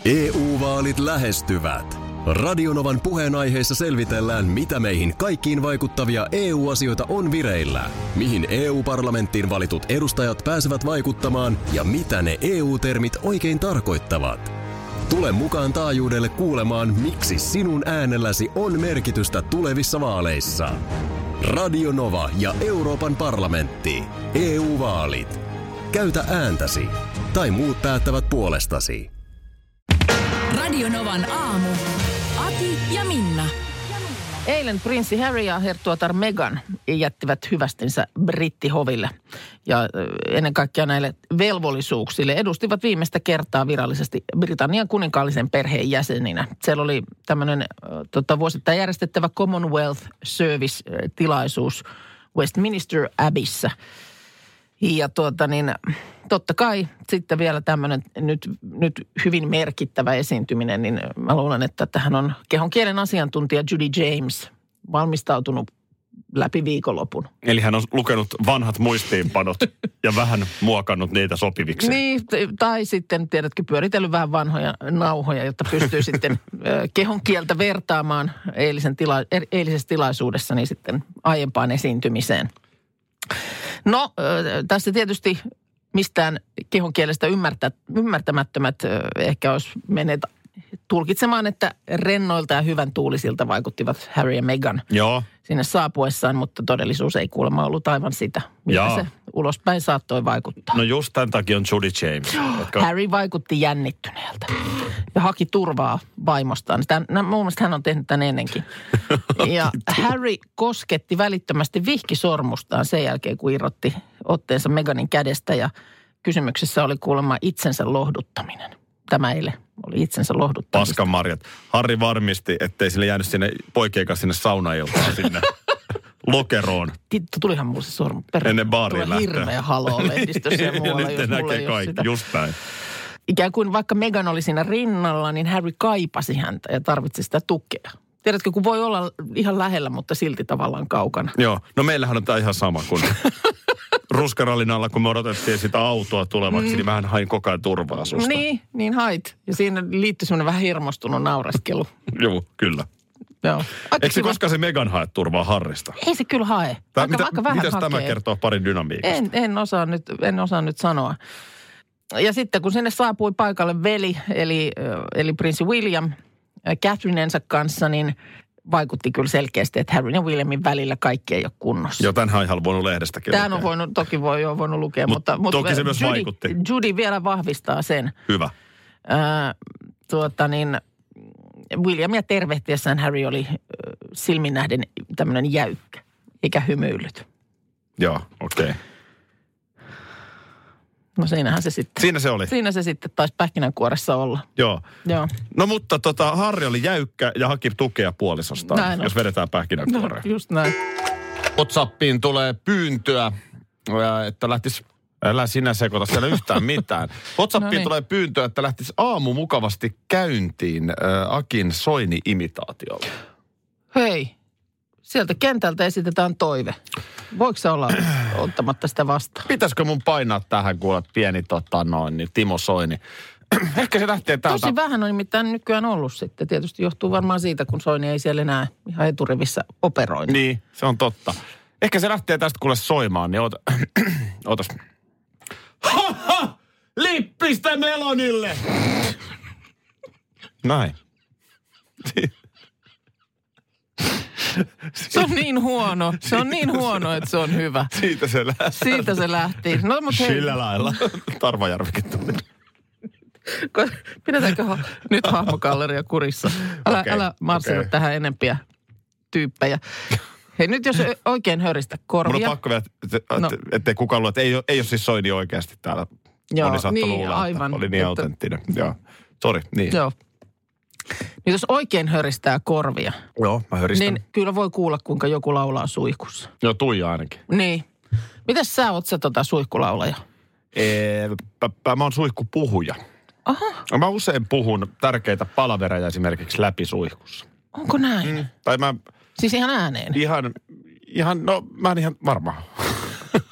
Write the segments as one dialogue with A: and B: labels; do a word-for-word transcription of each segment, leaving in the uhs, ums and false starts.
A: E U-vaalit lähestyvät. Radionovan puheenaiheessa selvitellään, mitä meihin kaikkiin vaikuttavia E U-asioita on vireillä, mihin E U-parlamenttiin valitut edustajat pääsevät vaikuttamaan ja mitä ne E U-termit oikein tarkoittavat. Tule mukaan taajuudelle kuulemaan, miksi sinun äänelläsi on merkitystä tulevissa vaaleissa. Radio Nova ja Euroopan parlamentti. E U-vaalit. Käytä ääntäsi. Tai muut päättävät puolestasi.
B: Radio Novan aamu. Ati ja Minna.
C: Eilen prinssi Harry ja herttuatar Meghan jättivät hyvästinsä brittihoville. Ja ennen kaikkea näille velvollisuuksille edustivat viimeistä kertaa virallisesti Britannian kuninkaallisen perheen jäseninä. Siellä oli tämmöinen tota, vuosittain järjestettävä Commonwealth Service-tilaisuus Westminster Abbeyssä. Ja tuota niin, totta kai sitten vielä tämmöinen nyt, nyt hyvin merkittävä esiintyminen, niin mä luulen, että tähän on kehon kielen asiantuntija Judy James valmistautunut läpi viikonlopun.
D: Eli hän on lukenut vanhat muistiinpanot ja vähän muokannut niitä sopiviksi.
C: Niin, tai sitten tiedätkö, pyöritellyt vähän vanhoja nauhoja, jotta pystyy sitten kehon kieltä vertaamaan eilisen tila, eilisessä tilaisuudessa niin sitten aiempaan esiintymiseen. No, tässä tietysti mistään kehon kielestä ymmärtä, ymmärtämättömät ehkä olisi menneet tulkitsemaan, että rennoilta ja hyvän tuulisilta vaikuttivat Harry ja Meghan
D: Joo.
C: sinne saapuessaan, mutta todellisuus ei kuulemma ollut aivan sitä, mitä Jaa. se ulospäin saattoi vaikuttaa.
D: No just tämän takia on Judy James.
C: Jotka... Harry vaikutti jännittyneeltä ja haki turvaa vaimostaan. Tämän, mun mielestä hän on tehnyt tämän ennenkin. Ja Harry kosketti välittömästi vihkisormustaan sen jälkeen, kun irrotti otteensa Meghanin kädestä ja kysymyksessä oli kuulemma itsensä lohduttaminen. Tämä eilen oli itsensä lohduttamista.
D: Paskan marjat. Harry varmisti, ettei sille jäänyt sinne poikien kanssa sinne saunailtaan sinne lokeroon.
C: Tulihan mulle se sormu.
D: Ennen baariin lähtöä.
C: Hirveä haloo lehdistössä ja muualla.
D: Ja nyt ne näkee kaikki, sitä. Just näin.
C: Ikään kuin vaikka Meghan oli siinä rinnalla, niin Harry kaipasi häntä ja tarvitsi sitä tukea. Tiedätkö, kun voi olla ihan lähellä, mutta silti tavallaan kaukana.
D: Joo, no meillähän on tämä ihan sama kuin ruskarallin alla, kun me odotettiin sitä autoa tulevaksi, mm. niin mähän hain koko ajan turvaa susta.
C: Niin, niin hait. Ja siinä liittyi semmoinen vähän hirmostunut naureskelu.
D: Joo, kyllä.
C: Joo.
D: Eikö se koskaan se Meghan hae turvaa Harrista?
C: Ei se kyllä hae.
D: Tää,
C: aika,
D: mitä,
C: aika vähän
D: mitäs
C: hakee.
D: Tämä kertoo parin dynamiikasta?
C: En, en, osaa nyt, en osaa nyt sanoa. Ja sitten kun sinne saapui paikalle veli, eli, eli prinssi William Catherinensa kanssa, niin vaikutti kyllä selkeästi, että Harryn ja Williamin välillä kaikki ei ole kunnossa.
D: Joo, tämänhän on ihan voinut lehdestäkin
C: Tämän on voinut, toki voi jo voinut lukea,
D: Mut,
C: mutta... mutta
D: toki se myös
C: Judy,
D: vaikutti.
C: Judy vielä vahvistaa sen.
D: Hyvä.
C: Äh, tuota niin, Williamia tervehtiessään Harry oli äh, silmin nähden tämmöinen jäykkä, eikä hymyillyt.
D: Joo, okei. Okay.
C: No siinähän se sitten.
D: Siinä se oli.
C: Siinä se sitten taisi pähkinänkuoressa olla.
D: Joo.
C: Joo.
D: No mutta tota, Harri oli jäykkä ja haki tukea puolisostaan,
C: näin
D: jos
C: on.
D: vedetään pähkinänkuoreen.
C: No, just näin.
D: WhatsAppiin tulee pyyntöä, että lähtisi, älä sinä sekoita siellä yhtään mitään. WhatsAppiin no niin. tulee pyyntöä, että lähtisi aamu mukavasti käyntiin äh, Akin Soini-imitaatiolla.
C: Hei, sieltä kentältä esitetään toive. Voiko se olla ottamatta sitä vastaan?
D: Pitäisikö mun painaa tähän, kuule pieni tota noin, niin Timo Soini. Ehkä se lähtee täältä.
C: Tosi vähän on nimittäin nykyään ollut sitten. Tietysti johtuu varmaan siitä, kun Soini ei siellä enää ihan eturivissä operoi.
D: Niin, se on totta. Ehkä se lähtee tästä kuule soimaan, niin oota, ootas. Ha, ha! Lippistä Melonille! Näin.
C: Se on niin huono. Se on niin huono, että se on hyvä.
D: Siitä se lähti.
C: Siitä se lähti. No, mutta hei.
D: Sillä lailla. Tarvajärvikin tuli.
C: Pidetäänkö ha- nyt hahmokalleria kurissa? Älä, okay, älä marssita okay. tähän enempiä tyyppejä. Hei, nyt jos oikein höristä korvia.
D: Mun on pakko vielä,
C: no.
D: ettei kukaan luo, että ei, ei ole siis Soini oikeasti täällä.
C: Joo,
D: moni saattoi
C: niin,
D: luulla,
C: aivan.
D: Oli niin että... autenttinen. Joo, sori, niin.
C: Joo. Nyt jos oikein höristää korvia.
D: Joo, mä höristän.
C: Niin kyllä voi kuulla, kuinka joku laulaa suihkussa.
D: Joo, Tuija ainakin.
C: Niin. Mitäs sä oot sä tota suihkulaulaja?
D: Ee, mä, mä oon suihkupuhuja.
C: Aha.
D: Mä usein puhun tärkeitä palavereja esimerkiksi läpi suihkussa.
C: Onko näin?
D: Mm, tai mä...
C: Siis ihan ääneen?
D: Ihan, ihan, no mä en ihan varma.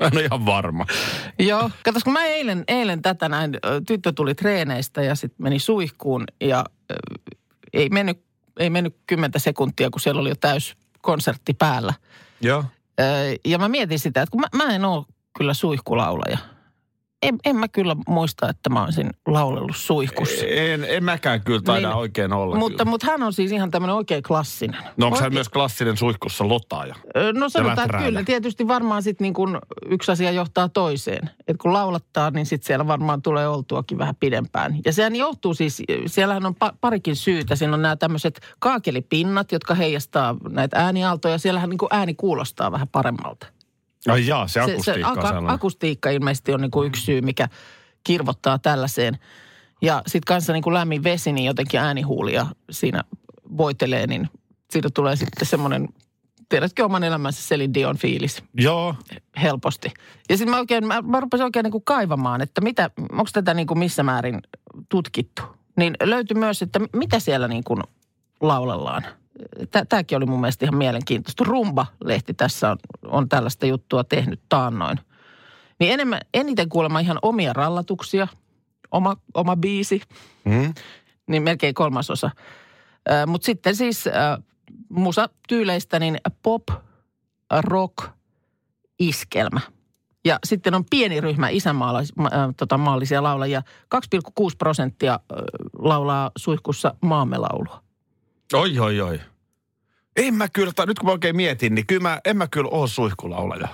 D: Mä en ole ihan varma.
C: Joo, katos kun mä eilen, eilen tätä näin, tyttö tuli treeneistä ja sitten meni suihkuun ja äh, ei mennyt, ei mennyt kymmentä sekuntia, kun siellä oli jo täys konsertti päällä.
D: Joo.
C: Äh, ja mä mietin sitä, että kun mä, mä en ole kyllä suihkulaulaja. En, en mä kyllä muista, että mä olisin laulellut suihkussa.
D: En, en mäkään kyllä taida niin, oikein olla.
C: Mutta, mutta hän on siis ihan tämmöinen oikein klassinen.
D: No onko
C: Oike-
D: hän myös klassinen suihkussa lotaaja?
C: No sanotaan, että kyllä. Tietysti varmaan sitten niin kun yksi asia johtaa toiseen. Että kun laulattaa, niin sitten siellä varmaan tulee oltuakin vähän pidempään. Ja sehän johtuu siis, siellähän on pa- parikin syytä. Siinä on nämä tämmöiset kaakelipinnat, jotka heijastaa näitä ääniaaltoja. Siellähän niin kuin ääni kuulostaa vähän paremmalta.
D: Ai jaa, se akustiikka
C: se, se
D: on sellainen.
C: Akustiikka ilmeisesti on niin kuin yksi syy, mikä kirvottaa tällaiseen. Ja sitten kanssa niin kuin lämmin vesi, niin jotenkin äänihuulia siinä voitelee, niin siitä tulee sitten semmoinen, tiedätkö oman elämänsä Celine Dion fiilis.
D: Joo.
C: Helposti. Ja sitten mä oikein, mä, mä rupesin oikein niin kuin kaivamaan, että mitä, onko tätä niin kuin missä määrin tutkittu. Niin löytyi myös, että mitä siellä niin kuin laulellaan. Tämäkin oli mun mielestä ihan mielenkiintoista. Rumba-lehti tässä on, on tällaista juttua tehnyt taannoin. Niin enemmän, eniten kuulemma ihan omia rallatuksia, oma, oma biisi, mm. niin melkein kolmasosa. Äh, Mutta sitten siis äh, musatyyleistä niin pop, rock, iskelmä. Ja sitten on pieni ryhmä isänmaallisia äh, tota, maallisia laulajia. kaksi pilkku kuusi prosenttia äh, laulaa suihkussa maamelaulua.
D: Oi, oi, oi. En mä kyllä, tai nyt kun mä oikein mietin, niin kyllä mä, en mä kyllä ole suihkulaulaja.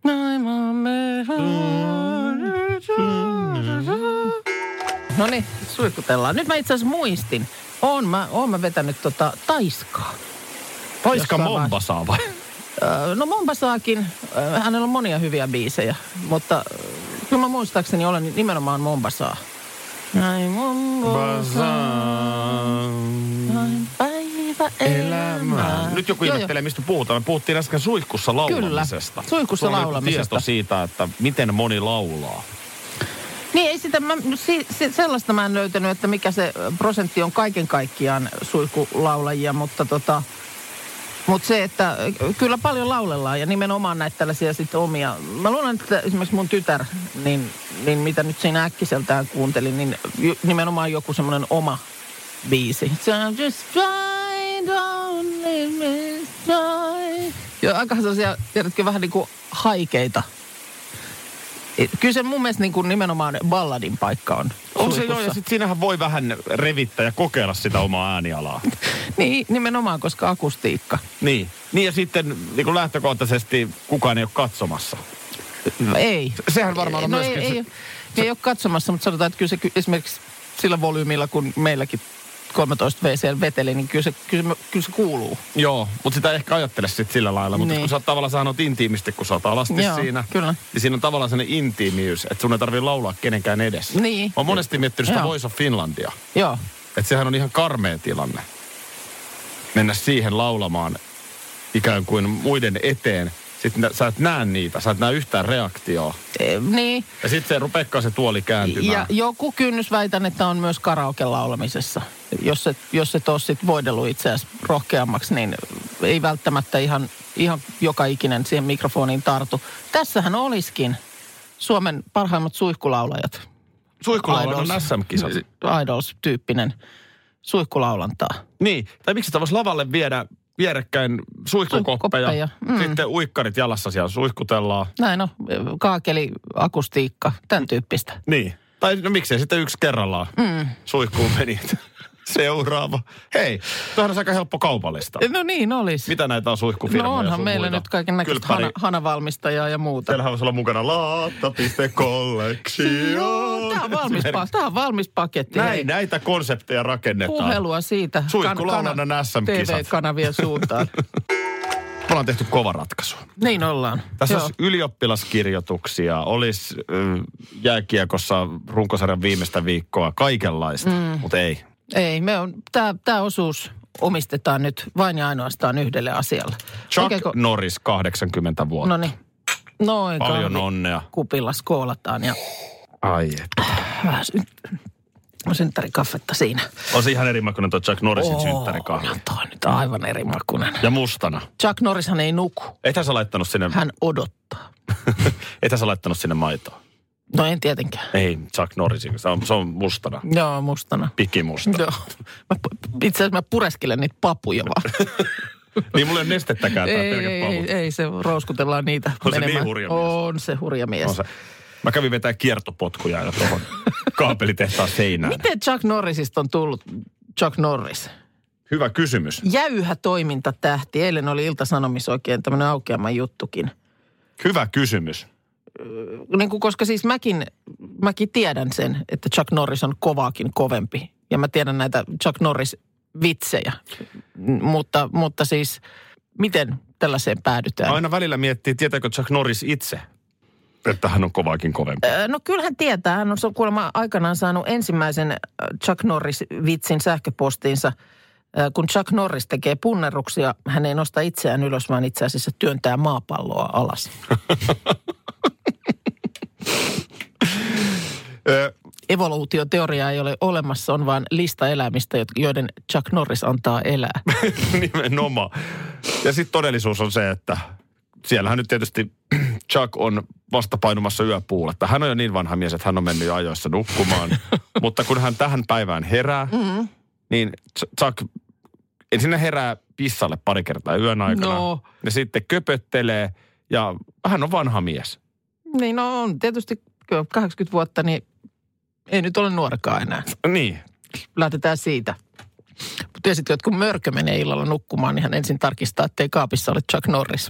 C: No niin, suihkutellaan. Nyt mä itse asiassa muistin. Oon mä, oon mä vetänyt tota Taiskaa.
D: Taiska Mombasaa vai?
C: No Mombasaakin. Hänellä on monia hyviä biisejä, mutta kyllä mä muistaakseni olen nimenomaan Mombasaa. Näin Mombasaa. Näin päivä elämää.
D: Nyt joku ihmettelee, mistä puhutaan. Me puhuttiin äsken suihkussa laulamisesta.
C: Kyllä, suihkussa laulamisesta.
D: Tieto siitä, että miten moni laulaa.
C: Niin ei sitä, mä, si, si, sellaista mä en löytänyt, että mikä se prosentti on kaiken kaikkiaan suihkulaulajia, mutta tota, mutta se, että kyllä paljon laulellaan ja nimenomaan näitä tällaisia sitten omia. Mä luulen, että esimerkiksi mun tytär, niin, niin mitä nyt siinä äkkiseltään kuuntelin, niin nimenomaan joku semmoinen oma biisi. I'm just fine, don't leave me fine. Ja aika sellaisia, tiedätkö, vähän niin kuin haikeita. Kyllä se mun mielestä niin kuin nimenomaan balladin paikka on.
D: On se joo, ja sitten siinähän voi vähän revittää ja kokeilla sitä omaa äänialaa.
C: Niin, nimenomaan, koska akustiikka.
D: Niin, niin ja sitten niin kuin lähtökohtaisesti kukaan ei ole katsomassa.
C: Ei.
D: Sehän varmaan on
C: no
D: myöskin...
C: Ei,
D: se...
C: ei, ei ole katsomassa, mutta sanotaan, että kyllä se esimerkiksi sillä volyymilla, kun meilläkin kolmetoista vuotias veteli, niin kyllä se, kyllä, se, kyllä se kuuluu. Joo,
D: mutta sitä ei ehkä ajattele sitten sillä lailla. Mutta niin. Kun sä oot tavallaan sanonut intiimisti, kun sä oot alasti
C: Joo,
D: siinä.
C: Kyllä.
D: Niin siinä on tavallaan sellainen intiimiys, että sun ei tarvitse laulaa kenenkään edessä.
C: Niin.
D: Mä oon monesti miettinyt sitä
C: Joo.
D: Voice of Finlandia.
C: Joo.
D: Että sehän on ihan karmea tilanne. Mennä siihen laulamaan ikään kuin muiden eteen. Sitten sä et näe niitä, sä et näe yhtään reaktioa.
C: E, niin.
D: Ja sitten se rupeekaan se tuoli kääntymään.
C: Ja joku kynnys väitän, että on myös karaoke-laulamisessa. Jos et, jos et ole sitten voidellut itseäsi rohkeammaksi, niin ei välttämättä ihan, ihan joka ikinen siihen mikrofoniin tartu. Tässähän olisikin Suomen parhaimmat suihkulaulajat.
D: Suihkulaulajat on S M-kisat.
C: Idols-tyyppinen suihkulaulantaa.
D: Niin, tai miksi sitä voisi lavalle viedä vierekkäin suihkukoppeja,
C: Suihkukoppeja, mm.
D: sitten uikkarit jalassa siellä suihkutellaan.
C: Näin on, kaakeli, akustiikka, tämän tyyppistä.
D: Niin, tai no miksei sitten yksi kerrallaan mm. suihkuun meni. Seuraava. Hei, tuohan on aika helppo kaupallista.
C: No niin, olisi.
D: Mitä näitä on suihkufirmoja?
C: No onhan meillä
D: muita?
C: Nyt kaiken näköistä hana, hanavalmistajaa ja muuta.
D: Siellähän voisi olla mukana laatta piste collection.
C: Tämä on valmis, tämä on valmis paketti.
D: Näin,
C: hei.
D: Näitä konsepteja rakennetaan.
C: Puhelua siitä.
D: Suihkulaulannan S M-kisat.
C: T V-kanavien suuntaan.
D: Me ollaan tehty kova ratkaisu.
C: Niin ollaan.
D: Tässä olisi ylioppilaskirjoituksia, olisi äh, jääkiekossa runkosarjan viimeistä viikkoa, kaikenlaista, mm. mutta ei.
C: Ei, me on, tämä, tämä osuus omistetaan nyt vain ja ainoastaan yhdelle asialle.
D: Chuck
C: Oikeinko...
D: Norris, kahdeksankymmentä vuotta.
C: No niin. Noin.
D: Paljon
C: kahvi.
D: onnea.
C: Kupilla skoolataan ja...
D: Ai että.
C: Vähän on synttärikaffetta siinä.
D: On se ihan erimakuinen tuo Chuck Norrisin
C: Oo,
D: synttärikahvi.
C: no toi nyt aivan erimakuinen.
D: Ja mustana.
C: Chuck Norrishan ei nuku.
D: Ethän sä laittanut sinne...
C: Hän odottaa.
D: Ethän sä laittanut sinne maitoa?
C: No en tietenkään.
D: Ei, Chuck Norrisin. Se on, se on mustana.
C: Joo, mustana.
D: Pikimusta.
C: Joo. Mä, itse asiassa mä pureskelen niitä papuja vaan.
D: Niin mulla ei ole nestettäkään tää pelkät
C: ei,
D: pavut.
C: ei, ei, se rouskutellaan niitä
D: On
C: menemään.
D: se niin hurja mies.
C: On se hurja mies.
D: On se. Mä kävin vetää kiertopotkuja jo tuohon kaapelitehtaan seinään.
C: Miten Chuck Norrisista on tullut Chuck Norris?
D: Hyvä kysymys.
C: Jäyhä toimintatähti. Eilen oli Ilta-Sanomissa oikein tämmöinen aukeama juttukin.
D: Hyvä kysymys.
C: Niin kuin, koska siis mäkin, mäkin tiedän sen, että Chuck Norris on kovaakin kovempi. Ja mä tiedän näitä Chuck Norris-vitsejä. Mutta, mutta siis miten tällaiseen päädytään?
D: Aina välillä miettii, tietääkö Chuck Norris itse, että hän on kovaakin kovempi.
C: No kyllä hän tietää. Hän on kuulemma aikanaan saanut ensimmäisen Chuck Norris-vitsin sähköpostiinsa. Kun Chuck Norris tekee punnerruksia, hän ei nosta itseään ylös, vaan itse asiassa työntää maapalloa alas. Evoluutioteoriaa ei ole olemassa, on vaan lista elämistä, joiden Chuck Norris antaa elää.
D: Nimenomaan. Ja sitten todellisuus on se, että siellähän nyt tietysti Chuck on vastapainumassa yöpuuletta. Hän on jo niin vanha mies, että hän on mennyt jo ajoissa nukkumaan. Mutta kun hän tähän päivään herää, mm-hmm. niin Chuck ensin herää pissalle pari kertaa yön aikana. No. Ja sitten köpöttelee ja hän on vanha mies.
C: Niin no on tietysti kahdeksankymmentä vuotta, niin ei nyt ole nuorekaan enää.
D: Niin.
C: Lähdetään siitä. Mutta tiesit, että kun mörkö menee illalla nukkumaan, niin hän ensin tarkistaa, ettei kaapissa ole Chuck Norris.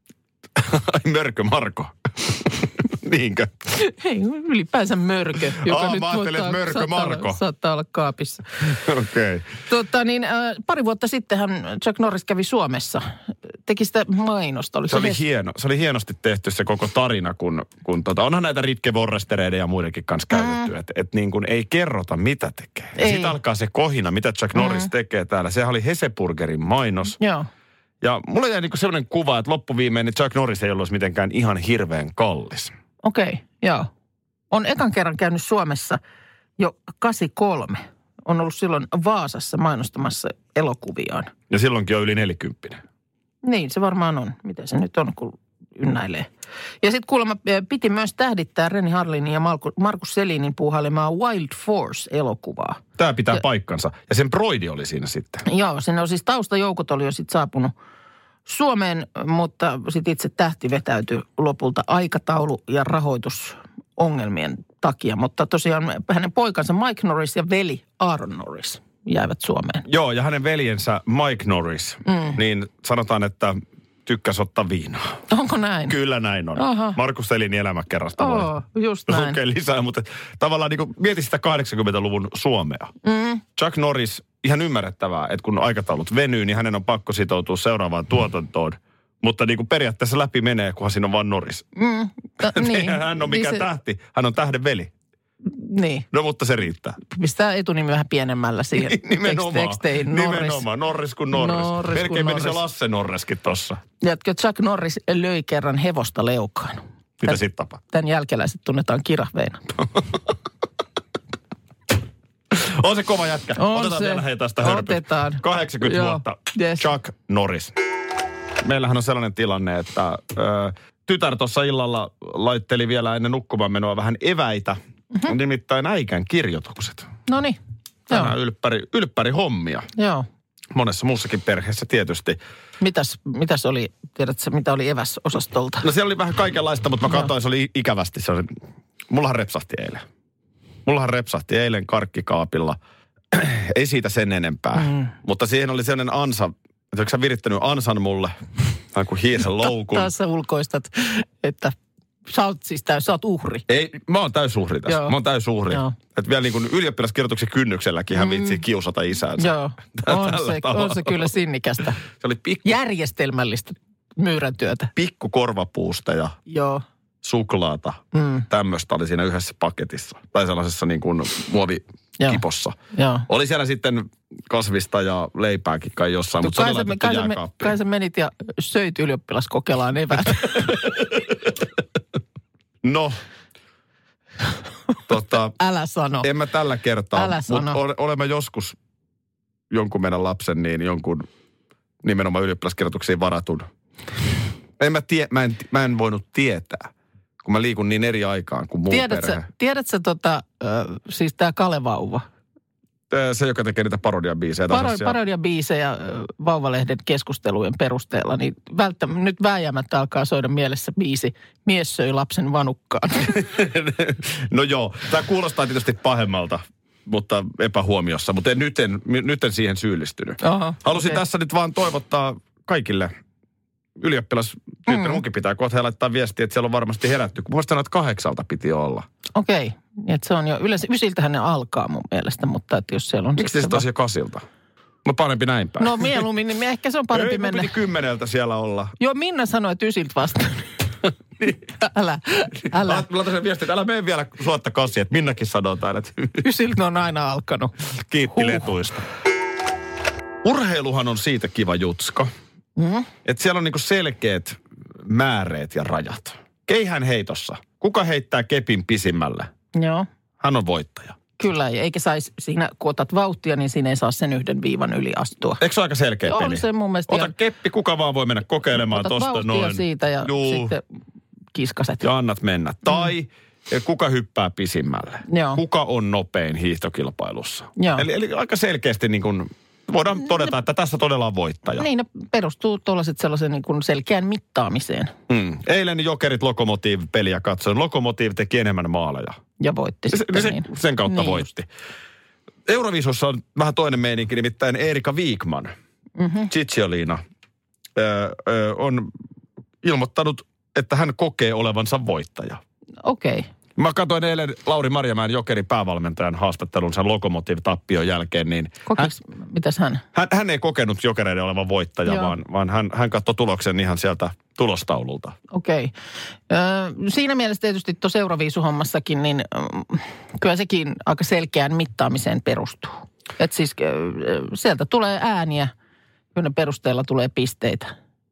D: Ai mörkö Marko. Niinkö?
C: Ei, ylipäänsä mörkö. Joka
D: Aa,
C: nyt
D: mä ajattelin, että mörkö
C: saattaa
D: Marko.
C: Olla, saattaa olla kaapissa.
D: Okei. Okay.
C: Tota niin, äh, pari vuotta sittenhän Chuck Norris kävi Suomessa. Teki sitä mainosta. Oliko
D: se, oli
C: hes...
D: hieno, se oli hienosti tehty se koko tarina, kun, kun tota, onhan näitä Ritke Vorrestereiden ja muidenkin kanssa käytetty. Mm. Että et niin kuin ei kerrota, mitä tekee. Ja sitten alkaa se kohina, mitä Chuck Norris mm. tekee täällä. Sehän oli Heseburgerin mainos.
C: Joo.
D: Ja mulla jäi niinku sellainen kuva, että loppuviimein Chuck Norris ei ollut mitenkään ihan hirveän kallis.
C: Okei, okay, joo. On ekan kerran käynyt Suomessa jo kahdeksankymmentäkolme. On ollut silloin Vaasassa mainostamassa elokuviaan. Ja
D: silloinkin on yli nelikymppinen.
C: Niin, se varmaan on. Miten se nyt on, kun ynnäilee. Ja sitten kuulemma piti myös tähdittää Renny Harlinin ja Markus Selinin puuhailemaa Wild Force-elokuvaa.
D: Tämä pitää
C: ja,
D: paikkansa. Ja sen broidi oli siinä sitten.
C: Joo, siinä on siis taustajoukot oli jo sitten saapunut Suomeen, mutta sitten itse tähti vetäytyi lopulta aikataulu- ja rahoitusongelmien takia. Mutta tosiaan hänen poikansa Mike Norris ja veli Aaron Norris jäivät Suomeen.
D: Joo, ja hänen veljensä Mike Norris, mm. niin sanotaan, että tykkäsi ottaa viinaa.
C: Onko näin?
D: Kyllä näin on. Aha. Markus Selinin elämäkerrasta
C: oh, voi just näin.
D: lukea lisää, mutta tavallaan niin kuin mieti sitä kahdeksankymmentäluvun Suomea. Mm. Chuck Norris, ihan ymmärrettävää, että kun aikataulut venyy, niin hänen on pakko sitoutua seuraavaan tuotantoon. Mutta niin kuin periaatteessa läpi menee, kunhan siinä on vaan Norris. Mm. Ta, niin. Hän on mikä niin se... tähti. Hän on tähden veli.
C: Niin.
D: No mutta se riittää.
C: Pistää etunimi vähän pienemmällä siihen teksteihin.
D: Norris. Nimenomaan, Norris kuin Norris. Norris Melkein meni se Lasse Norriskin tossa.
C: Jätkö, Chuck Norris löi kerran hevosta leukaan.
D: Mitä sitten tapahtui?
C: Tämän jälkeläiset tunnetaan kirahveina.
D: On se kova jätkä.
C: On
D: Otetaan
C: se.
D: vielä hei tästä hörpyt.
C: Otetaan.
D: kahdeksankymmentä Joo. vuotta. Yes. Chuck Norris. Meillähän on sellainen tilanne, että ö, tytär tuossa illalla laitteli vielä ennen nukkumaan menoa vähän eväitä. Mm-hmm. Nimittäin äikän kirjoitukset.
C: Noniin.
D: Tänään ylppäri, ylppäri hommia.
C: Joo.
D: Monessa muussakin perheessä tietysti.
C: Mitäs, mitäs oli, tiedätkö, mitä oli eväsosastolta?
D: No siellä oli vähän kaikenlaista, mutta mä katsoin, se oli ikävästi. Se oli, mullahan repsahti eilen. Mullahan repsahti eilen karkkikaapilla. Ei siitä sen enempää. Mm. Mutta siihen oli sellainen ansa, että oletko sä virittänyt ansan mulle? Tai kuin hiiren loukun.
C: Taas sä ulkoistat, että sä oot siis täys, sä oot uhri.
D: Ei, mä oon täys uhri tässä. Joo. Mä oon täys uhri. Että vielä niin kuin ylioppilaskirjoituksen kynnykselläkin hän mm. viitsii kiusata isäänsä.
C: Joo, on se, on se kyllä sinnikästä.
D: Se oli pikku...
C: Järjestelmällistä myyräntyötä.
D: Pikku korvapuusta ja
C: Joo.
D: suklaata. Mm. Tämmöistä oli siinä yhdessä paketissa. Tai sellaisessa niin kuin muovikipossa.
C: Joo.
D: Oli siellä sitten kasvista ja leipääkin kai jossain,
C: no,
D: mutta se oli laitettu
C: kai
D: jääkaappiin.
C: Me, kai sä menit ja söit ylioppilaskokelaan eväät.
D: No, tota,
C: älä sano.
D: En mä tällä kertaa,
C: Älä
D: mutta olemme joskus jonkun meidän lapsen, niin jonkun nimenomaan ylioppilaskirjoituksiin varatun En mä, tie, mä, en, mä en voinut tietää, kun mä liikun niin eri aikaan kuin muu
C: Tiedätkö,
D: perhe.
C: tiedätkö tota, äh, siis tää Kalevauva?
D: Se, joka tekee niitä parodiabiisejä.
C: Paro, parodiabiisejä äh, Vauvalehden keskustelujen perusteella, niin välttämättä nyt vääjäämättä alkaa soida mielessä biisi Mies söi lapsen vanukkaan.
D: No joo, tämä kuulostaa tietysti pahemmalta, mutta epähuomiossa. Mutta en, nyt, en, nyt en siihen syyllistynyt.
C: Oho,
D: Halusin
C: okay.
D: tässä nyt vaan toivottaa kaikille ylioppilastyttöön. Mm. Munkin pitää kohta laittaa viestiä, että siellä on varmasti herätty. Kun muistan, että kahdeksalta piti olla.
C: Okei, okay. Että se on jo yleensä, ysiltähän ne alkaa mun mielestä, mutta että jos siellä on...
D: Miksi se taas jo kasilta? No parempi näin päin.
C: No mieluummin, niin ehkä se on parempi
D: Ei,
C: mennä.
D: Ei, piti kymmeneltä siellä olla.
C: Joo, Minna sanoi, että ysiltä vastaan. älä, älä.
D: Mä laitan sen viestin, että älä mene vielä suotta kasi, että Minnakin sanotaan, että...
C: Ysiltä on aina alkanut.
D: Kiitti
C: huh.
D: letuista. Urheiluhan on siitä kiva jutska, mm-hmm. että siellä on niinku selkeät määreet ja rajat. Keihän heitossa. Kuka heittää kepin pisimmälle?
C: Joo.
D: Hän on voittaja.
C: Kyllä, eikä saisi siinä, kun otat vauhtia, niin siinä ei saa sen yhden viivan yli astua.
D: Eikö se aika selkeä
C: on
D: peli?
C: On se mun mielestä.
D: Ota
C: ihan...
D: keppi, kuka vaan voi mennä kokeilemaan
C: otat
D: tosta
C: vauhtia
D: noin.
C: siitä ja
D: Juu.
C: sitten kiskaset.
D: Ja annat mennä. Mm. Tai kuka hyppää pisimmälle?
C: Joo.
D: Kuka on nopein hiihtokilpailussa?
C: Joo.
D: Eli, eli aika selkeästi niin kuin voidaan todeta, että tässä todella on voittaja.
C: Niin, ne perustuu tuollaiset sellaisen niin kuin selkeään mittaamiseen.
D: Mm. Eilen Jokerit Lokomotiv-peliä katsoin. Lokomotiv teki enemmän maaleja.
C: Ja voitti
D: se,
C: sitten.
D: Se,
C: niin.
D: Sen kautta
C: niin
D: voitti. Euroviisussa on vähän toinen meininki, nimittäin Erika Wigman, mm-hmm. Cicciolina, öö, öö, on ilmoittanut, että hän kokee olevansa voittaja.
C: Okei. Okay.
D: Mä katsoin eilen Lauri Marjamäen Jokerin päävalmentajan haastattelun sen Lokomotiv-tappion jälkeen, niin...
C: Kokiks, hän, mitäs hän?
D: hän? Hän ei kokenut Jokereiden olevan voittaja, Joo. vaan, vaan hän, hän katsoi tuloksen ihan sieltä tulostaululta.
C: Okei. Okay. Siinä mielessä tietysti tuossa Euroviisuhommassakin, niin ö, kyllä sekin aika selkeään mittaamiseen perustuu. Että siis ö, sieltä tulee ääniä, joiden perusteella tulee pisteitä.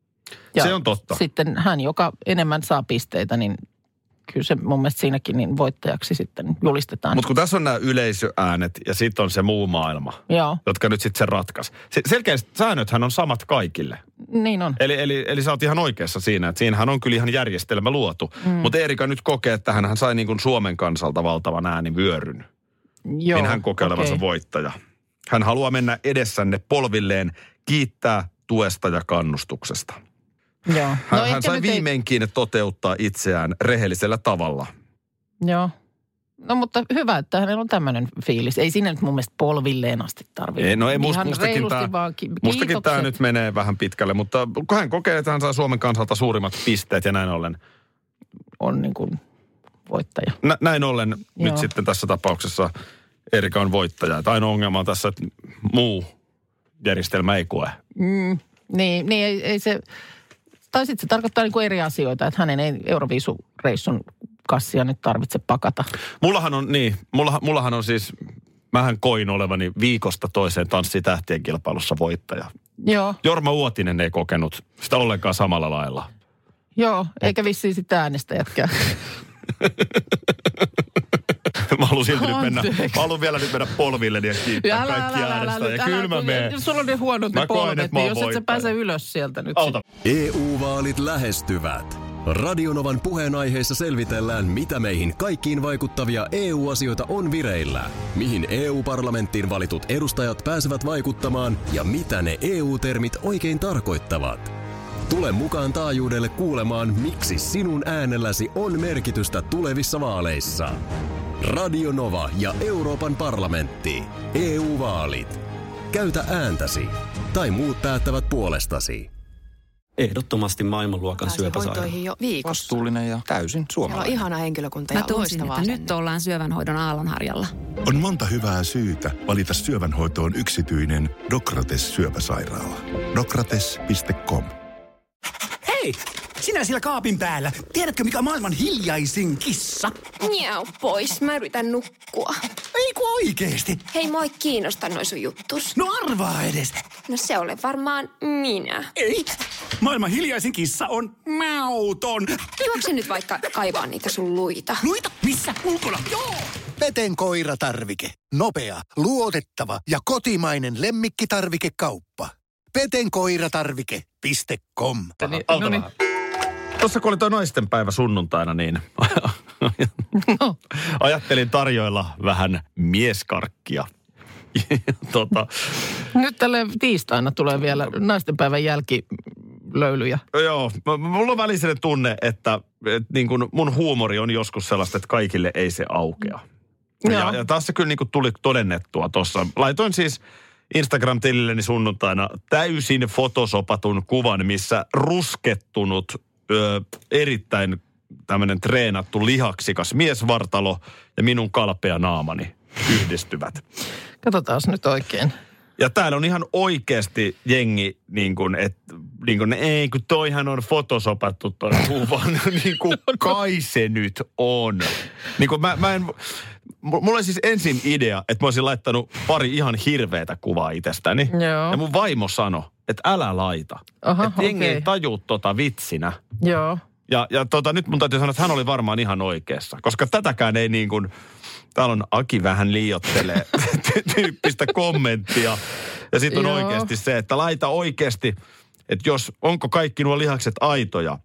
C: Ja
D: se on totta.
C: Sitten hän, joka enemmän saa pisteitä, niin... Kyllä se mun mielestä siinäkin niin voittajaksi sitten julistetaan.
D: Mutta kun tässä on nämä yleisöäänet ja sitten on se muu maailma,
C: Joo.
D: jotka nyt sitten se ratkaisi. Se, selkeästi säännöthän on samat kaikille.
C: Niin on.
D: Eli, eli, eli sä oot ihan oikeassa siinä, että siinähän on kyllä ihan järjestelmä luotu. Mm. Mutta Erika nyt kokee, että hän sai niin kuin Suomen kansalta valtavan äänivyöryn.
C: Joo,
D: niin hän kokee olevansa
C: okay.
D: voittaja. Hän haluaa mennä edessänne polvilleen, kiittää tuesta ja kannustuksesta.
C: Joo.
D: Hän,
C: No,
D: hän sai viimeinkin ei... toteuttaa itseään rehellisellä tavalla.
C: Joo. No mutta hyvä, että hänellä on tämmöinen fiilis. Ei siinä nyt mun mielestä polvilleen asti tarvitse.
D: Ei, no ei, must,
C: ihan
D: mustakin tämä
C: ki-
D: mustakin tämä nyt menee vähän pitkälle, mutta kun hän kokee, että hän saa Suomen kansalta suurimmat pisteet ja näin ollen.
C: On niin kuin voittaja.
D: Nä, näin ollen Joo. nyt
C: Joo.
D: sitten tässä tapauksessa Erika on voittaja. Että ainoa ongelma on tässä, että muu järjestelmä ei koe.
C: Mm, niin, niin ei, ei se... Tai sitten se tarkoittaa niin kuin eri asioita, että hänen ei Euroviisureissun kassia nyt tarvitse pakata.
D: Mullahan on, niin, mullahan, mullahan on siis, mähän koin olevani viikosta toiseen Tanssitähtien kilpailussa voittaja.
C: Joo.
D: Jorma Uotinen ei kokenut sitä ollenkaan samalla lailla.
C: Joo, eikä vissiin sitä äänestäjätkään.
D: Mä haluan silti nyt mennä, mä haluan vielä nyt mennä polvilleni ja kiittää
C: älä,
D: kaikki
C: älä,
D: äänestä.
C: älä,
D: Ja
C: älä,
D: kyllä mä menen.
C: Sulla on ne huonot ne polvet, niin jos et sä pääse ylös sieltä nyt.
D: Auta.
A: E U-vaalit lähestyvät. Radionovan puheenaiheessa selvitellään, mitä meihin kaikkiin vaikuttavia E U-asioita on vireillä, mihin E U-parlamenttiin valitut edustajat pääsevät vaikuttamaan ja mitä ne E U-termit oikein tarkoittavat. Tule mukaan taajuudelle kuulemaan, miksi sinun äänelläsi on merkitystä tulevissa vaaleissa. Radio Nova ja Euroopan parlamentti. E U-vaalit. Käytä ääntäsi. Tai muut päättävät puolestasi.
E: Ehdottomasti maailmanluokan syöpäsairaala.
F: Hoitoihin jo viikossa.
G: Vastuullinen ja täysin suomalainen.
F: Siellä on ihana henkilökunta ja
H: Mä tunsin,
F: loistavaa
H: että
F: asenne.
H: nyt ollaan syövänhoidon aallonharjalla.
I: On monta hyvää syytä valita syövänhoitoon yksityinen Dokrates syöpäsairaala. Dokrates piste com.
J: Hei! Sinä siellä kaapin päällä. Tiedätkö, mikä on maailman hiljaisin kissa?
K: Miau pois, mä yritän nukkua.
J: Ei kun oikeesti.
K: Hei, moi kiinnosta noi sun juttus.
J: No arvaa edes.
K: No se ole varmaan minä.
J: Ei. Maailman hiljaisin kissa on mauton.
K: Juokse nyt vaikka kaivaa niitä sun luita.
J: Luita? Missä? Ulkona? Joo!
L: Peten koiratarvike. Nopea, luotettava ja kotimainen lemmikkitarvikekauppa. peten koiratarvike piste com.
C: No niin,
D: Tuossa kun oli tuo naistenpäivä sunnuntaina, niin
C: no.
D: ajattelin tarjoilla vähän mieskarkkia. tota.
C: Nyt tälle tiistaina tulee vielä naistenpäivän jälkilöylyjä.
D: Joo, mulla on väliseinen tunne, että, että niin kuin mun huumori on joskus sellaista, että kaikille ei se aukea. Ja, ja taas se kyllä niin kuin tuli todennettua tuossa. Laitoin siis Instagram-tililleni sunnuntaina täysin fotosopatun kuvan, missä ruskettunut, ö, erittäin tämmöinen treenattu lihaksikas miesvartalo ja minun kalpea naamani yhdistyvät.
C: Katsotaan nyt oikein.
D: Ja täällä on ihan oikeasti jengi, niin kuin, että niin kuin, ei kun toihan on fotosopattu toi kuva, niin kuin kai se nyt on. Niin kuin mä, mä en, mulla oli siis ensin idea, että mä olisin laittanut pari ihan hirveätä kuvaa itsestäni.
C: Joo.
D: Ja mun vaimo sanoi, että älä laita.
C: Aha,
D: että jengi
C: okay.
D: ei tajuu tota vitsinä.
C: Joo.
D: Ja, ja tota, nyt mun täytyy sanoa, että hän oli varmaan ihan oikeassa. Koska tätäkään ei niin kuin, täällä on Aki vähän liioittelee tyyppistä kommenttia. Ja sitten on oikeasti se, että laita oikeasti, että jos, onko kaikki nuo lihakset aitoja,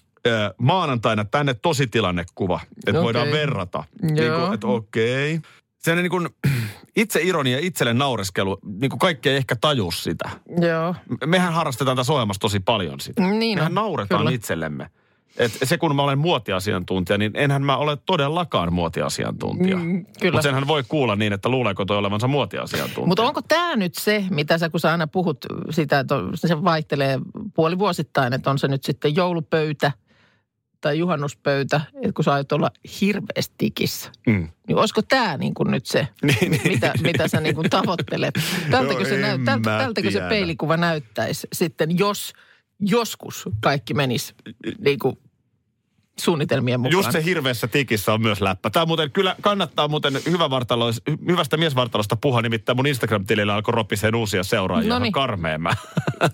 D: ö, maanantaina tänne tositilannekuva, että okay. voidaan verrata. Niin kuin, että okei. Okay. Sellainen niin kuin itse ironia, itselle naureskelu, niin kuin kaikki ei ehkä tajua sitä.
C: Joo.
D: Mehän harrastetaan tässä ohjelmassa tosi paljon sitä.
C: Niin
D: Mehän
C: on,
D: nauretaan
C: kyllä.
D: itsellemme. Et se kun mä olen muotiasiantuntija, niin enhän mä ole todellakaan muotiasiantuntija. Mm, Mutta senhän voi kuulla niin, että luuleeko toi olevansa muotiasiantuntija.
C: Mutta onko tämä nyt se, mitä sä, kun sä aina puhut sitä, että se vaihtelee puolivuosittain, että on se nyt sitten joulupöytä tai juhannuspöytä, että kun sä aiot olla hirveästi tikissä. Mm. Niin olisiko tämä niin kuin nyt se, niin, niin. Mitä, mitä sä niin kuin tavoittelet? Tältäkö, se, näyt, tältä, tältäkö se peilikuva näyttäisi sitten, jos joskus kaikki menisi niin kuin suunnitelmien mukaan?
D: Just se hirveässä tikissä on myös läppä. Tämä muuten kyllä kannattaa muuten hyvä vartalois, hyvästä miesvartalosta puhua, nimittäin mun Instagram-tilillä alkoi ropiseen uusia seuraajia. Noniin. Karmeen mä.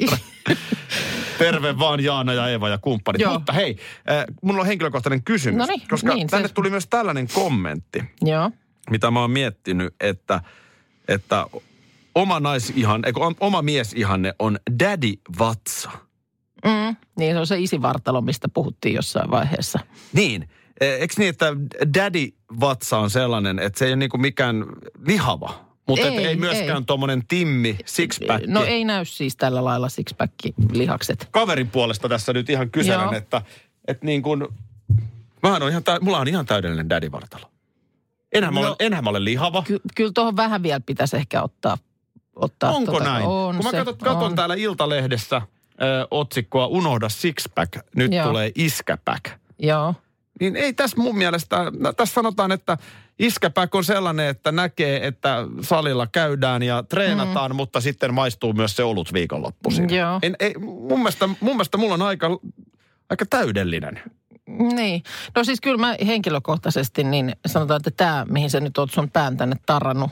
D: Terve vaan Jaana ja Eeva ja kumppanit. Joo. Mutta hei, äh, mulla on henkilökohtainen kysymys. Noniin, koska niin, tänne se... tuli myös tällainen kommentti.
C: Joo.
D: Mitä mä oon miettinyt, että, että oma naisihan, eikö, oma miesihanne on daddy vatsa.
C: Mm, niin se on se isivartalo, mistä puhuttiin jossain vaiheessa.
D: Niin. Eikö niin, että daddy vatsa on sellainen, että se ei ole niinku mikään lihava? Mutta ei, ei myöskään tuommoinen timmi sixpack.
C: No ei näy siis tällä lailla sixpack-lihakset.
D: Kaverin puolesta tässä nyt ihan kyselen, että, että niin kuin, mähän on ihan, mulla on ihan täydellinen daddy-vartalo. Enhän, no, mä, ole, enhän mä ole lihava.
C: Ky, kyllä tuohon vähän vielä pitäisi ehkä ottaa. ottaa
D: Onko
C: tota,
D: näin?
C: On
D: Kun mä
C: se,
D: katon, katon täällä Iltalehdessä ö, otsikkoa Unohda sixpack, nyt Joo. tulee iskäpack.
C: Joo.
D: Niin ei tässä mun mielestä, tässä sanotaan, että iskäpäk on sellainen, että näkee, että salilla käydään ja treenataan, mm. mutta sitten maistuu myös se olut viikonloppuisin.
C: Joo.
D: En, ei, mun, mielestä, mun mielestä mulla on aika, aika täydellinen.
C: Niin. No siis kyllä mä henkilökohtaisesti niin sanotaan, että tämä, mihin sä nyt oot sun pään tänne tarrannut,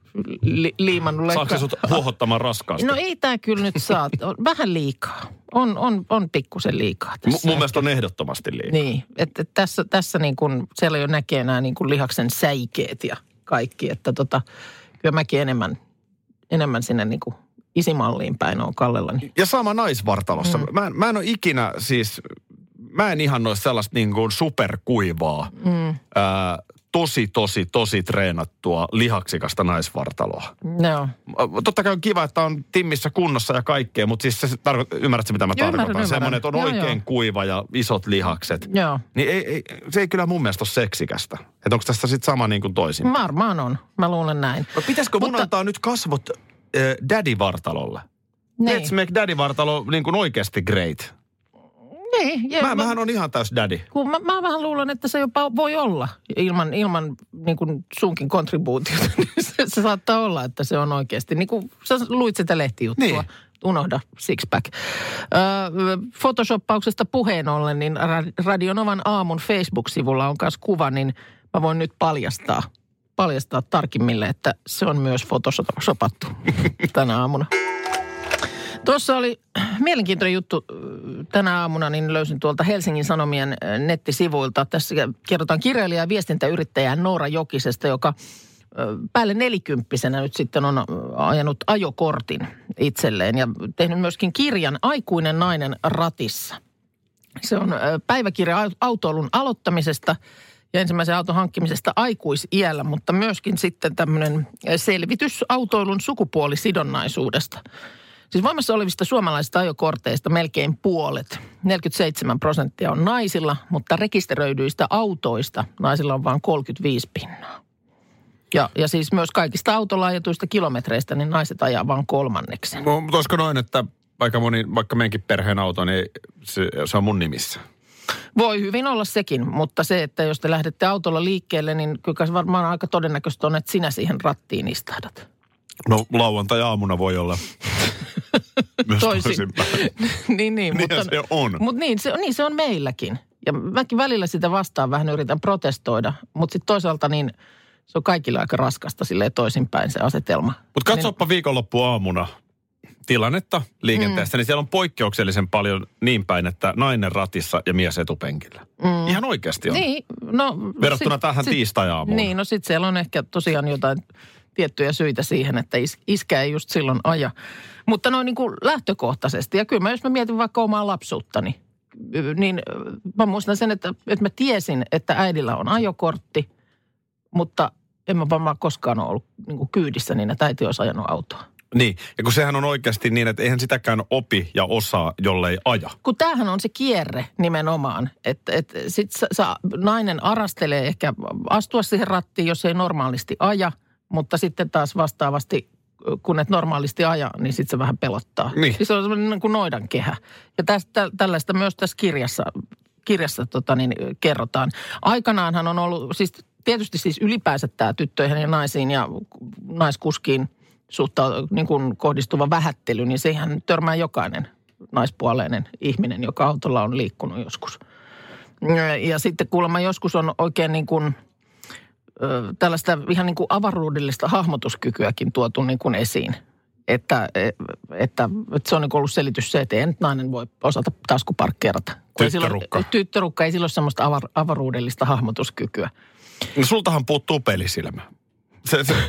C: li, liimannut leikkaa.
D: Saako se sut huohottamaan raskaasti?
C: No ei tää kyllä nyt saa. Vähän liikaa. On, on, on pikkusen liikaa tässä.
D: M- mun mielestä on ehdottomasti liikaa.
C: Niin, että et tässä, tässä niin kuin, siellä jo näkee nämä niin kuin lihaksen säikeet ja kaikki, että tota, kyllä mäkin enemmän, enemmän sinne niin kuin isimalliin päin on kallellani.
D: Ja sama naisvartalossa. Mm. Mä, mä en ole ikinä siis, mä en ihan ole sellaista niin kuin superkuivaa, mm. ää, tosi, tosi, tosi treenattua lihaksikasta naisvartaloa.
C: No.
D: Totta kai on kiva, että on timmissä kunnossa ja kaikkea, mutta siis se tarko- ymmärrätkö, mitä mä
C: Joo,
D: tarkoitan?
C: ymmärrän,
D: Semmoinen, että on
C: joo,
D: oikein
C: joo.
D: kuiva ja isot lihakset.
C: Joo.
D: Niin ei, ei, se ei kyllä mun mielestä ole seksikästä. Että onko tässä sitten sama niin kuin toisin?
C: Varmaan on. Mä luulen näin.
D: No, pitäisikö mun
C: mutta...
D: antaa nyt kasvot äh, daddy-vartalolle?
C: Niin.
D: Let's make daddy-vartalo niin kuin oikeasti great.
C: Niin. Ja
D: mä, mä, mähän on ihan täys daddy.
C: Kun mä, mä vähän luulen, että se jopa voi olla ilman, ilman niin kuin sunkin kontribuutiota. se, se saattaa olla, että se on oikeasti. Niin kuin sä luit sitä lehtijuttua. Niin. Unohda sixpack. Öö, Photoshoppauksesta puheen ollen, niin Radio Novan aamun Facebook-sivulla on myös kuva, niin mä voin nyt paljastaa, paljastaa tarkimmille, että se on myös photoshopattu tänä aamuna. Tuossa oli mielenkiintoinen juttu tänä aamuna, niin löysin tuolta Helsingin Sanomien nettisivuilta. Tässä kerrotaan kirjailija ja viestintäyrittäjä Noora Jokisesta, joka päälle nelikymppisenä nyt sitten on ajanut ajokortin itselleen ja tehnyt myöskin kirjan Aikuinen nainen ratissa. Se on päiväkirja autoilun aloittamisesta ja ensimmäisen auton hankkimisesta aikuisiällä, mutta myöskin sitten tämmöinen selvitys autoilun sukupuolisidonnaisuudesta. Siis voimassa olevista suomalaisista ajokorteista melkein puolet, neljäkymmentäseitsemän prosenttia on naisilla, mutta rekisteröidyistä autoista naisilla on vain kolmekymmentäviisi pinnaa. Ja, ja siis myös kaikista autolla ajetuista kilometreistä, niin naiset ajaa vain kolmanneksen.
D: No, mutta olisiko noin, että vaikka, moni, vaikka meidänkin perheen auto, niin se, se on mun nimissä?
C: Voi hyvin olla sekin, mutta se, että jos te lähdette autolla liikkeelle, niin kyllä se varmaan aika todennäköistä on, että sinä siihen rattiin istahdat.
D: No lauantai-aamuna voi olla myös toisinpäin.
C: niin, niin, mutta,
D: se on.
C: Mutta niin se, niin se on meilläkin. Ja mäkin välillä sitä vastaan vähän yritän protestoida, mutta sitten toisaalta niin se on kaikille aika raskasta silleen toisinpäin se asetelma.
D: Mutta katsoppa niin, viikonloppuaamuna tilannetta liikenteessä, mm. niin siellä on poikkeuksellisen paljon niin päin, että nainen ratissa ja mies etupenkillä. Mm. Ihan oikeasti on.
C: Niin, no.
D: Verrattuna
C: sit,
D: tähän
C: sit,
D: tiistai-aamuun.
C: Niin, no sitten siellä on ehkä tosiaan jotain tiettyjä syitä siihen, että is, iskä ei just silloin aja. Mutta noin niin kuin lähtökohtaisesti, ja kyllä mä, jos mä mietin vaikka omaa lapsuuttani, niin mä muistan sen, että, että mä tiesin, että äidillä on ajokortti, mutta en mä varmaan koskaan ole ollut niin kuin kyydissä niin, että äiti olisi ajanut autoa.
D: Niin, ja kun sehän on oikeasti niin, että eihän sitäkään opi ja osaa, jollei aja.
C: Kun tämähän on se kierre nimenomaan, että, että sit sä, sä, nainen arastelee ehkä astua siihen rattiin, jos ei normaalisti aja, mutta sitten taas vastaavasti, kun et normaalisti aja, niin sitten se vähän pelottaa.
D: Niin.
C: Siis se on semmoinen niin kuin noidankehä. Ja tästä, tällaista myös tässä kirjassa, kirjassa tota niin, kerrotaan. Aikanaanhan on ollut, siis tietysti siis ylipäänsä tämä tyttöihin ja naisiin ja naiskuskiin suhtaa niin kuin kohdistuva vähättely, niin siihen törmää jokainen naispuoleinen ihminen, joka autolla on liikkunut joskus. Ja sitten kuulemma joskus on oikein niin kuin tällaista ihan niin kuin avaruudellista hahmotuskykyäkin tuotu niin kuin esiin. Että, että, että se on niin kuin ollut selitys se, että ei nyt nainen voi osata taskuparkkeerata.
D: Tyttörukka.
C: Tyttörukka ei silloin semmoista avar, avaruudellista hahmotuskykyä.
D: No sultahan puuttuu pelisilmä. Se, se,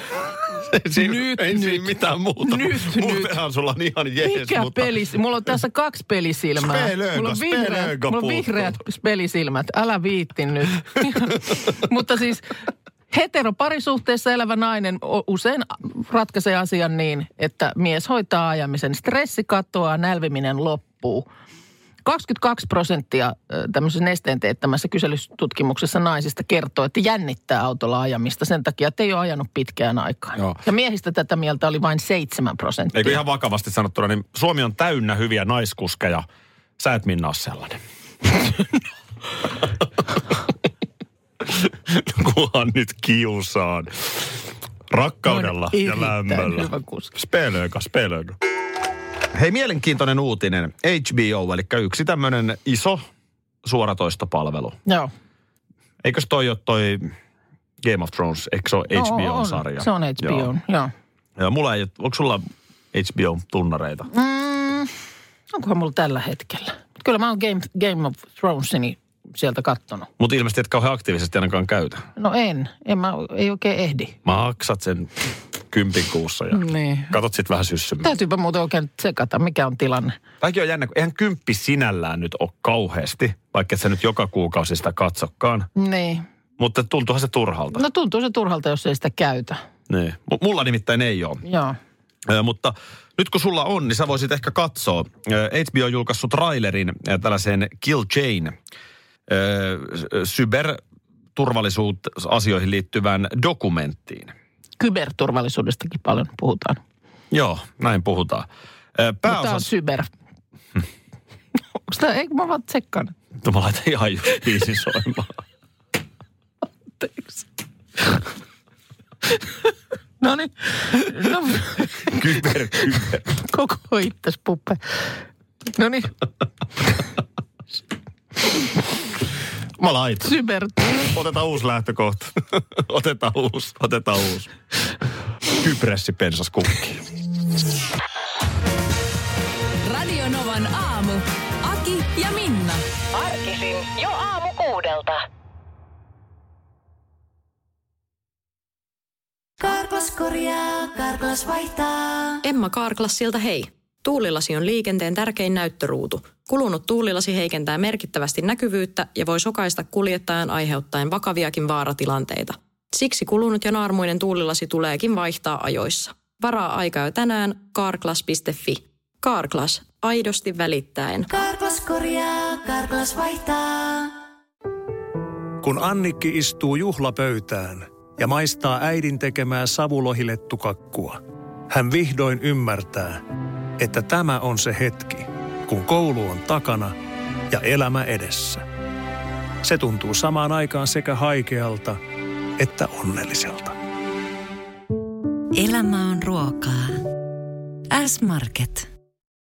D: ei siinä, nyt, ei nyt. Siinä mitään muuta.
C: Nyt,
D: Muutenhan
C: nyt.
D: sulla on ihan jees.
C: Mikä
D: mutta
C: pelis? Mulla on tässä kaksi pelisilmää.
D: Spelöga,
C: mulla on vihreät, mulla on vihreät pelisilmät. Älä viitti nyt. Mutta siis heteroparisuhteessa elävä nainen usein ratkaisee asian niin, että mies hoitaa ajamisen. Stressi katoaa, nälviminen loppuu. kaksikymmentäkaksi prosenttia tämmöisessä Nesteen teettämässä kyselytutkimuksessa naisista kertoo, että jännittää autolla ajamista sen takia, että ei ole ajanut pitkään aikaan. Joo. Ja miehistä tätä mieltä oli vain seitsemän prosenttia.
D: Eikö ihan vakavasti sanottuna, niin Suomi on täynnä hyviä naiskuskeja. Sä et Minna ole sellainen. Kunhan nyt kiusaan. Rakkaudella ja lämmöllä. Spelöga, spelöga. Hei, mielenkiintoinen uutinen. H B O, eli yksi tämmöinen iso suoratoistopalvelu.
C: Joo.
D: Eikös toi ole toi Game of Thrones, eikö se ole
C: no,
D: H B O-sarja?
C: Se on H B O, joo. joo.
D: Ja mulla ei, onko sulla H B O-tunnareita?
C: Mm, onkohan mulla tällä hetkellä? Kyllä mä oon Game, Game of Thronesini sieltä kattonut.
D: Mutta ilmeisesti et kauhean aktiivisesti ainakaan käytä.
C: No en, en mä, ei oikein ehdi.
D: Maksat sen kympin kuussa ja niin. Katot sit vähän syssymään.
C: Täytyypä muuten oikein tsekata, mikä on tilanne.
D: Tämäkin on jännä, kun eihän kymppi sinällään nyt ole kauheasti, vaikka et sä nyt joka kuukausi sitä katsokkaan.
C: Niin.
D: Mutta tuntuuhan se turhalta.
C: No tuntuu se turhalta, jos ei sitä käytä.
D: Niin. M- mulla nimittäin ei ole.
C: Joo.
D: Ö, mutta nyt kun sulla on, niin sä voisit ehkä katsoa. H B O julkaissut trailerin tällaiseen Kill Chain cyberturvallisuusasioihin liittyvään dokumenttiin.
C: Kyberturvallisuudestakin paljon puhutaan.
D: Joo, näin puhutaan. Pääosas...
C: Mutta tämä on cyber. Hm. Onko tämä, eikö mä vaan tsekkaan?
D: No mä laitan ihan just biisin soimaan.
C: Anteeksi. No niin. No.
D: Kyber, kyber.
C: Koko itses puppe. No niin.
D: Mä laitan.
C: Cyber.
D: Otetaan uusi lähtökohta. Otetaan uusi, otetaan uusi. Kypressipensas kukki.
B: Radio Novan aamu. Aki ja Minna.
F: Arkisin jo aamu kuudelta.
M: Karklas korjaa, Karklas vaihtaa.
H: Emma Karklas siltä hei.
M: Tuulilasi on liikenteen tärkein näyttöruutu. Kulunut tuulilasi heikentää merkittävästi näkyvyyttä ja voi sokaista kuljettajan aiheuttaen vakaviakin vaaratilanteita. Siksi kulunut ja naarmuinen tuulilasi tuleekin vaihtaa ajoissa. Varaa aikaa jo tänään carglass piste fi. Carglass, aidosti välittäen.
N: Carglass korjaa, Carglass vaihtaa.
O: Kun Annikki istuu juhlapöytään ja maistaa äidin tekemää savulohilettukakkua, hän vihdoin ymmärtää, että tämä on se hetki, kun koulu on takana ja elämä edessä. Se tuntuu samaan aikaan sekä haikealta että onnelliselta.
N: Elämä on ruokaa. S-Market.